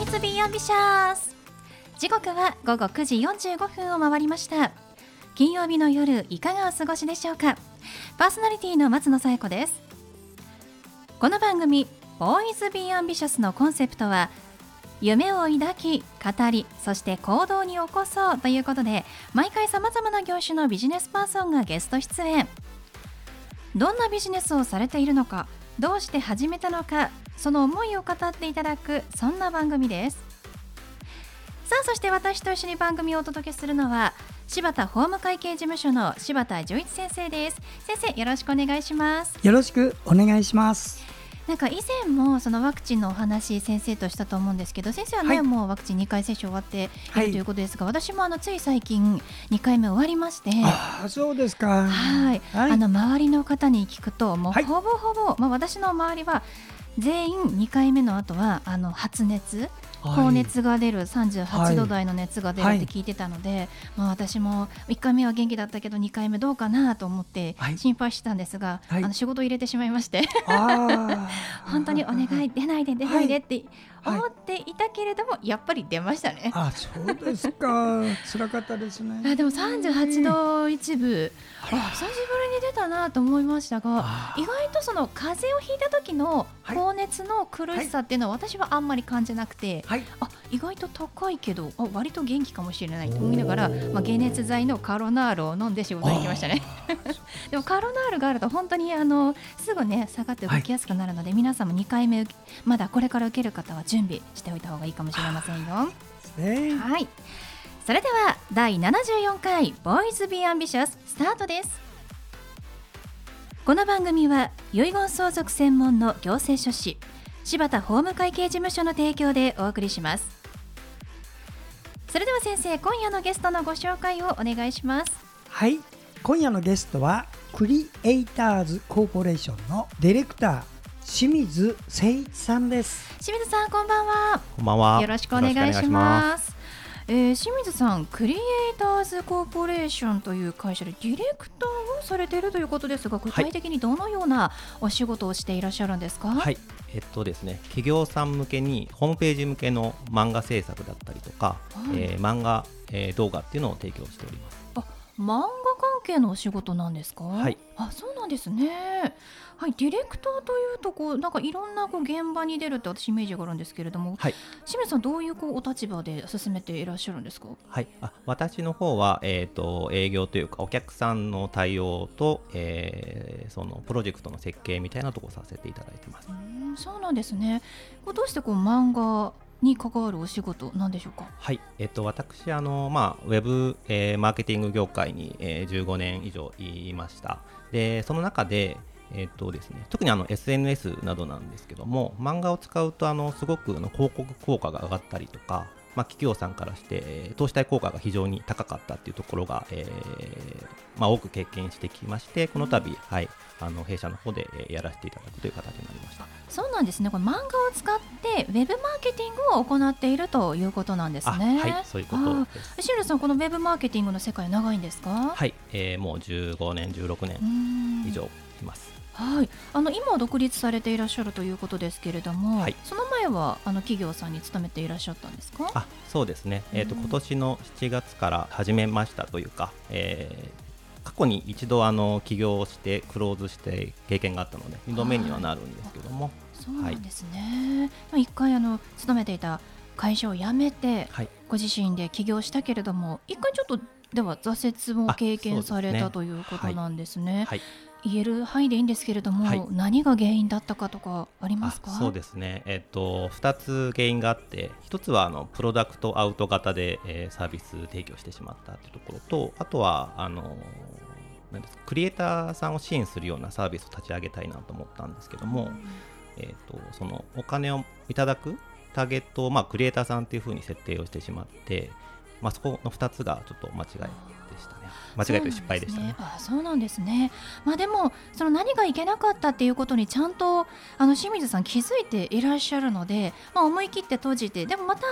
ズビーアンビシャス。時刻は午後9時45分を回りました。金曜日の夜いかがお過ごしでしょうか。パーソナリティの松野紗友子です。この番組ボーイズビーアンビシャスのコンセプトは夢を抱き語りそして行動に起こそうということで、毎回さまざまな業種のビジネスパーソンがゲスト出演。どんなビジネスをされているのか、どうして始めたのか、その思いを語っていただく、そんな番組です。さあ、そして私と一緒に番組をお届けするのは柴田法務会計事務所の柴田純一先生です。先生、よろしくお願いします。 よろしくお願いします。 なんか以前もそのワクチンのお話先生としたと思うんですけど、先生はね、もうワクチン2回接種終わっているということですが、私もつい最近2回目終わりまして。 そうですか。 はい、周りの方に聞くともうほぼほぼ、私の周りは全員2回目の後は発熱、高熱が出る、38度台の熱が出るって聞いてたので、私も1回目は元気だったけど2回目どうかなと思って心配してたんですが、仕事入れてしまいまして本当にお願い出ないで出ないでって思っていたけれども、やっぱり出ましたね。 そうですか。辛かったですね。 でも38度1分、久しぶりに出たなと思いましたが、意外とその風邪をひいた時の高熱の苦しさっていうのは私はあんまり感じなくて、意外と高いけど割と元気かもしれないと思いながら、解熱剤のカロナールを飲んで仕事に行きましたねでもカロナールがあると本当にすぐね下がって動きやすくなるので、皆さんも2回目まだこれから受ける方は準備しておいた方がいいかもしれませんよ。はい、それでは第74回ボーイズビーアンビシャススタートです。この番組は遺言相続専門の行政書士柴田法務会計事務所の提供でお送りします。それでは先生、今夜のゲストのご紹介をお願いします。 はい、今夜のゲストはクリエイターズコーポレーションのディレクター清水誠一さんです。 清水さん、こんばんは。 こんばんは。 よろしくお願いします。清水さん、クリエイターズコーポレーションという会社でディレクターをされているということですが、具体的にどのようなお仕事をしていらっしゃるんですか？ はい、ですね、企業さん向けにホームページ向けの漫画制作だったりとか、漫画、動画っていうのを提供しております。 漫画関係のお仕事なんですか？ はい。 そうなんですね。はい、ディレクターというとなんかいろんな現場に出るって私イメージがあるんですけれども、清水さん、どういうお立場で進めていらっしゃるんですか？ はい、私の方は、営業というかお客さんの対応と、そのプロジェクトの設計みたいなところをさせていただいてます。 そうなんですね。どうして漫画に関わるお仕事なんでしょうか？ はい、私ウェブ、マーケティング業界に、15年以上いました。でその中でですね、特にSNS などなんですけども、漫画を使うとすごく広告効果が上がったりとか、企業さんからして投資対効果が非常に高かったっていうところが、多く経験してきまして、この度、弊社の方でやらせていただくという形になりました。 そうなんですね。これ漫画を使ってウェブマーケティングを行っているということなんですね。 はい、そういうことです。 清水さん、このウェブマーケティングの世界長いんですか？ はい、もう15年16年以上います。 はい、今独立されていらっしゃるということですけれども、その前は企業さんに勤めていらっしゃったんですか？ そうですね、今年の7月から始めましたというか、過去に一度起業してクローズして経験があったので2度目にはなるんですけども。 そうなんですね。一回勤めていた会社を辞めて、ご自身で起業したけれども、一回ちょっとでは挫折も経験されたということなんですね。言える範囲でいいんですけれども、何が原因だったかとかありますか？ そうですね、2つ原因があって、1つはプロダクトアウト型で、サービス提供してしまったというところと、あとはクリエイターさんを支援するようなサービスを立ち上げたいなと思ったんですけども、そのお金をいただくターゲットを、クリエイターさんというふうに設定をしてしまって、そこの2つがちょっと間違いでしたね。間違いという失敗でしたね。 そうなんですね。でもその何がいけなかったっていうことにちゃんと清水さん気づいていらっしゃるので、思い切って閉じて、でもまた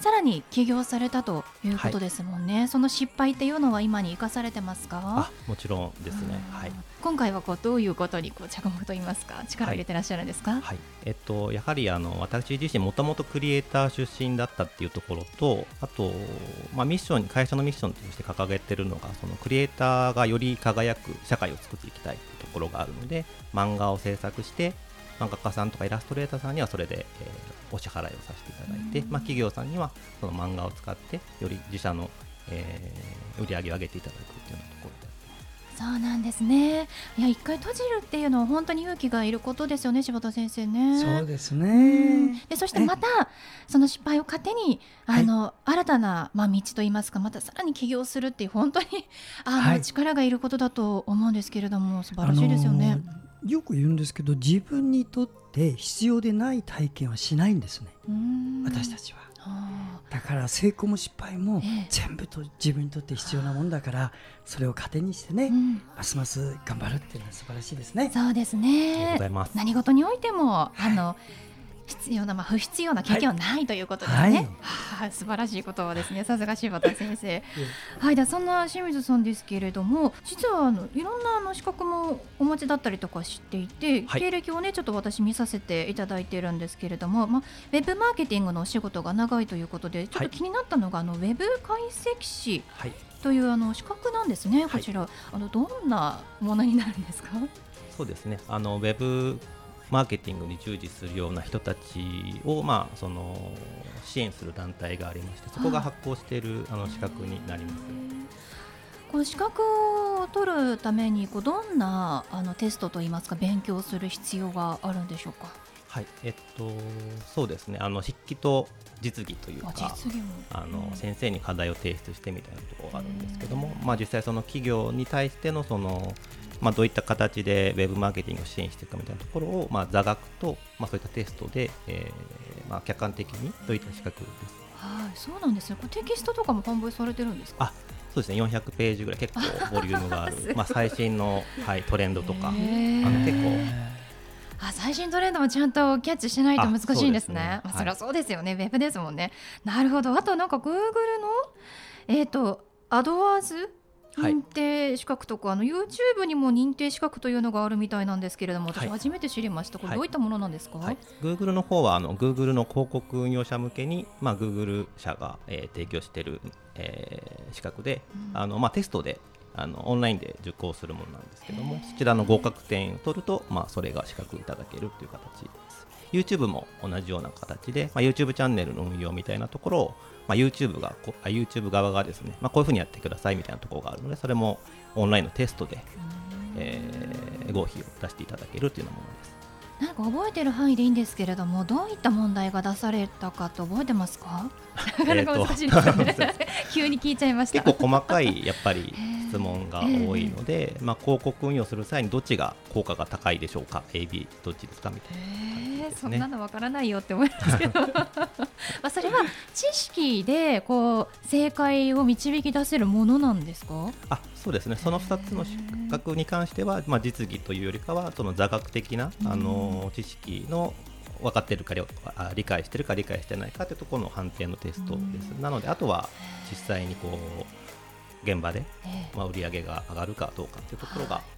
さらに起業されたということですもんね、その失敗っていうのは今に生かされてますか？ もちろんですね、 今回はどういうことに着目といいますか力を入れてらっしゃるんですか？ やはり私自身もともとクリエイター出身だったっていうところと、あと、会社のミッションとして掲げているのがそのクリエイターがより輝く社会を作っていきたいというところがあるので、漫画を制作して漫画家さんとかイラストレーターさんにはそれで、お支払いをさせていただいて、企業さんにはその漫画を使ってより自社の、売り上げを上げていただくというようなところで。 そうなんですね。いや、一回閉じるっていうのは本当に勇気がいることですよね、柴田先生ね。 そうですね。 でそしてまたその失敗を糧に新たな、道といいますか、またさらに起業するっていう本当に力がいることだと思うんですけれども、素晴らしいですよね。 よく言うんですけど、自分にとって必要でない体験はしないんですね、私たちは。だから成功も失敗も全部と自分にとって必要なもんだから、それを糧にしてね、ますます頑張るっていうのは素晴らしいですね。 そうですね。何事においても必要な、不必要な経験はないということですね。素晴らしい言葉ですね。さすが柴田先生。でそんな清水さんですけれども、実はいろんな資格もお持ちだったりとかしていて、経歴をねちょっと私見させていただいているんですけれども、ウェブマーケティングのお仕事が長いということで、ちょっと気になったのがウェブ解析士という資格なんですね。こちらどんなものになるんですか？ そうですね、ウェブマーケティングに従事するような人たちを、その支援する団体がありまして、そこが発行している資格になります。 この資格を取るためにどんなテストといいますか勉強する必要があるんでしょうか？ そうですね、筆記と実技というか、先生に課題を提出してみたいなところがあるんですけども、実際その企業に対してのどういった形でウェブマーケティングを支援していくかみたいなところを、座学と、そういったテストで、客観的にどういった資格です。 そうなんですね。テキストとかも販売されてるんですか？ そうですね、400ページぐらい結構ボリュームがある最新の、トレンドとか結構最新トレンドもちゃんとキャッチしないと難しいんですね。それはそうですよね、ウェブですもんね。なるほど。あとGoogle のアドワーズ認定資格とか、YouTube にも認定資格というのがあるみたいなんですけれども、私初めて知りました。これどういったものなんですか ？Google の方はGoogle の広告運用者向けに、Google 社が、提供している、資格で、テストでオンラインで受講するものなんですけども、そちらの合格点を取ると、それが資格いただけるという形です。 YouTube も同じような形で、YouTube チャンネルの運用みたいなところを、YouTube 側がですね、こういうふうにやってくださいみたいなところがあるので、それもオンラインのテストで、合否を出していただけるというようなものです。 なんか覚えてる範囲でいいんですけれども、どういった問題が出されたかって覚えてますか？なかなか難しいですよね急に聞いちゃいました。 結構細かいやっぱり質問が多いので、広告運用する際にどっちが効果が高いでしょうか、 AB どっちですかみたいな感じですね。 そんなのわからないよって思いますけどそれは知識で正解を導き出せるものなんですか？ そうですね、その2つの資格に関しては、実技というよりかはその座学的な、知識の分かっているか理解しているか理解してないかというところの判定のテストです。なのであとは実際に現場で、売り上げが上がるかどうかというところが、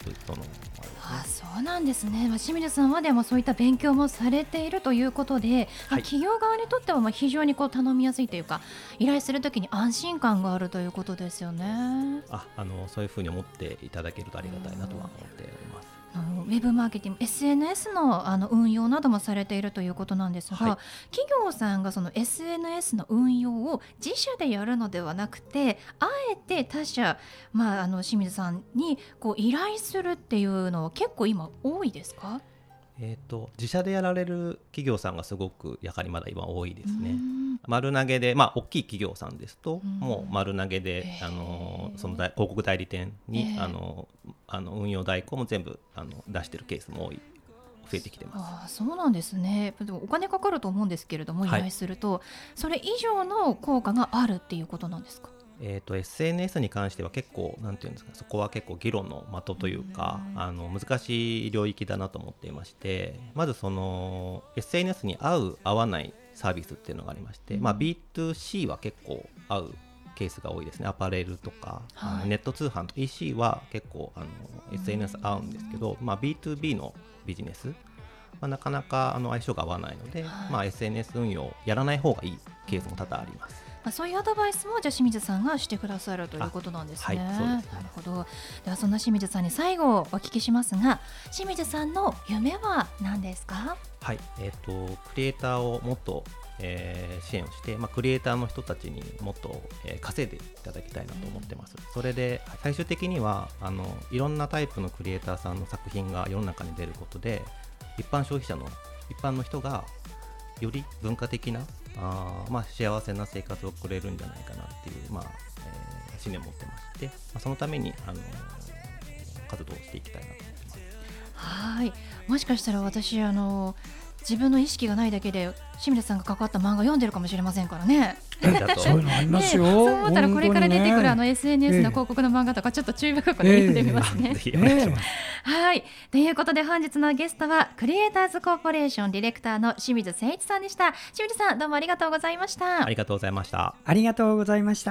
そうなんですね。清水さんはでもそういった勉強もされているということで、企業側にとっては非常に頼みやすいというか、依頼するときに安心感があるということですよね。 そういうふうに思っていただけるとありがたいなとは思っております。 ウェブマーケティング SNS の運用などもされているということなんですが、企業さんがその SNS の運用を自社でやるのではなくて、あえて他社、清水さんに依頼するっていうのは結構今多いですか？ 自社でやられる企業さんがすごくやはりまだ今多いですね。丸投げで、大きい企業さんですと、もう丸投げで、その広告代理店に、運用代行も全部出しているケースも増えてきてます。 そうなんですね。でもお金かかると思うんですけれども、依頼すると、それ以上の効果があるっていうことなんですか ？SNS に関しては結構なんていうんですか、そこは結構議論の的というか、難しい領域だなと思っていまして、まずその SNS に合う合わないサービスっていうのがありまして、B2C は結構合うケースが多いですね。アパレルとか、ネット通販と EC は結構SNS 合うんですけど、B2B のビジネスなかなか相性が合わないので、SNS 運用やらない方がいいケースも多々あります。 そういうアドバイスもじゃあ清水さんがしてくださるということなんですね。 はい、そうですね。 なるほど。ではそんな清水さんに最後お聞きしますが、清水さんの夢は何ですか？ はい、クリエイターをもっと、支援をして、クリエイターの人たちにもっと、稼いでいただきたいなと思ってます。それで最終的にはいろんなタイプのクリエイターさんの作品が世の中に出ることで、一般消費者の一般の人がより文化的な幸せな生活を送れるんじゃないかなっていう、信念を持ってまして、そのために活動をしていきたいなと思ってます。 はい、もしかしたら私自分の意識がないだけで清水さんが関わった漫画読んでるかもしれませんからね。 そういうのありますよ。 そう思ったらこれから出てくるSNS の広告の漫画とかちょっと注意深く読んでみますね。 ぜひお願いします。 はい、ということで本日のゲストはクリエイターズコーポレーションディレクターの清水誠一さんでした。清水さんどうもありがとうございました。 ありがとうございました。 ありがとうございました。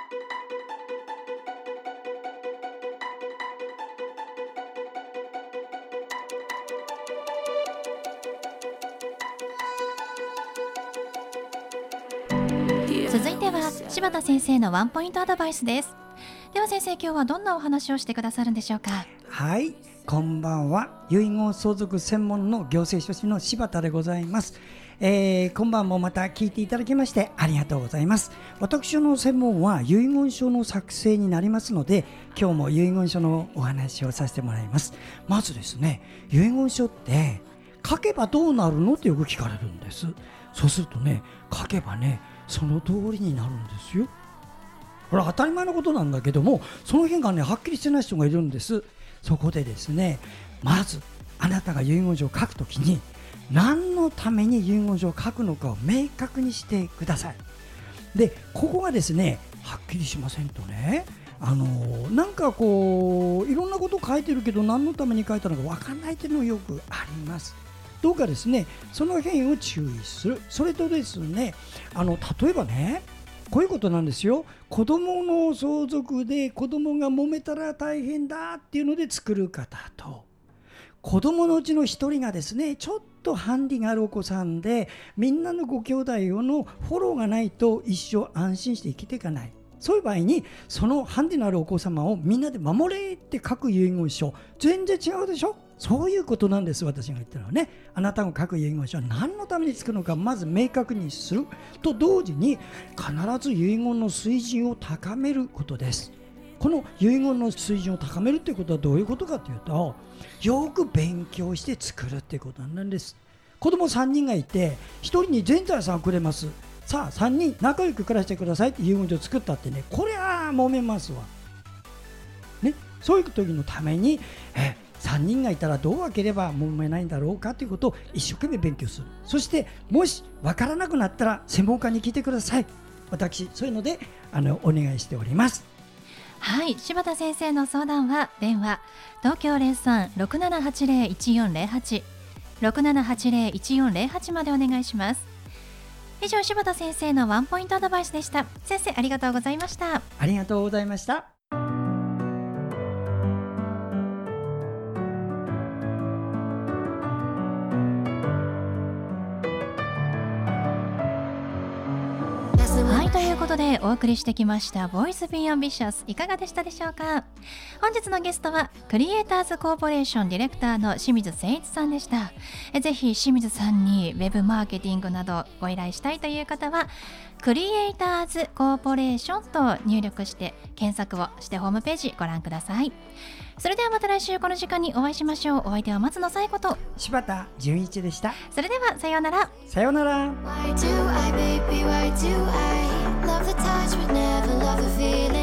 続いては柴田先生のワンポイントアドバイスです。では先生、今日はどんなお話をしてくださるんでしょうか？ はい、こんばんは。遺言相続専門の行政書士の柴田でございます。今晩もまた聞いていただきましてありがとうございます。私の専門は遺言書の作成になりますので、今日も遺言書のお話をさせてもらいます。まずですね、遺言書って書けばどうなるのってよく聞かれるんです。そうするとね、書けばねその通りになるんですよ。これは当たり前のことなんだけども、その辺がねはっきりしてない人がいるんです。そこでですね、まずあなたが遺言書を書くときに何のために遺言書を書くのかを明確にしてください。でここがですねはっきりしませんとね、なんかこういろんなことを書いてるけど何のために書いたのか分かんないというのがよくあります。どうかですねその辺を注意する。それとですね、例えばねこういうことなんですよ。子供の相続で子供が揉めたら大変だっていうので作る方と、子供のうちの一人がですねちょっとハンディがあるお子さんで、みんなのご兄弟のフォローがないと一生安心して生きていかない。そういう場合にそのハンディのあるお子様をみんなで守れって書く遺言書、全然違うでしょ。そういうことなんです。私が言ったのはね、あなたが書く遺言書は何のために作るのかまず明確にすると同時に、必ず遺言の水準を高めることです。この遺言の水準を高めるということはどういうことかというと、よく勉強して作るっていうことなんです。子供3人がいて1人に全財産をくれます。さあ3人仲良く暮らしてくださいって遺言書を作ったってね、これは揉めますわ、ね、そういう時のために3人がいたらどう分ければ揉めないんだろうかということを一生懸命勉強する。そしてもし分からなくなったら専門家に聞いてください。私そういうのでお願いしております。 はい、柴田先生の相談は電話東京 03-6780-1408 6780-1408 までお願いします。以上、柴田先生のワンポイントアドバイスでした。先生ありがとうございました。 ありがとうございました。 はい、ということでお送りしてきましたボイスビーアンビシャス、いかがでしたでしょうか？本日のゲストはクリエイターズコーポレーションディレクターの清水誠一さんでした。ぜひ清水さんにウェブマーケティングなどご依頼したいという方はクリエイターズコーポレーションと入力して検索をしてホームページご覧ください。それではまた来週この時間にお会いしましょう。お相手は松野紗友子と柴田純一でした。 それではさようなら。 さようなら。 Why do I, baby, why do I love the touch but never love the feeling?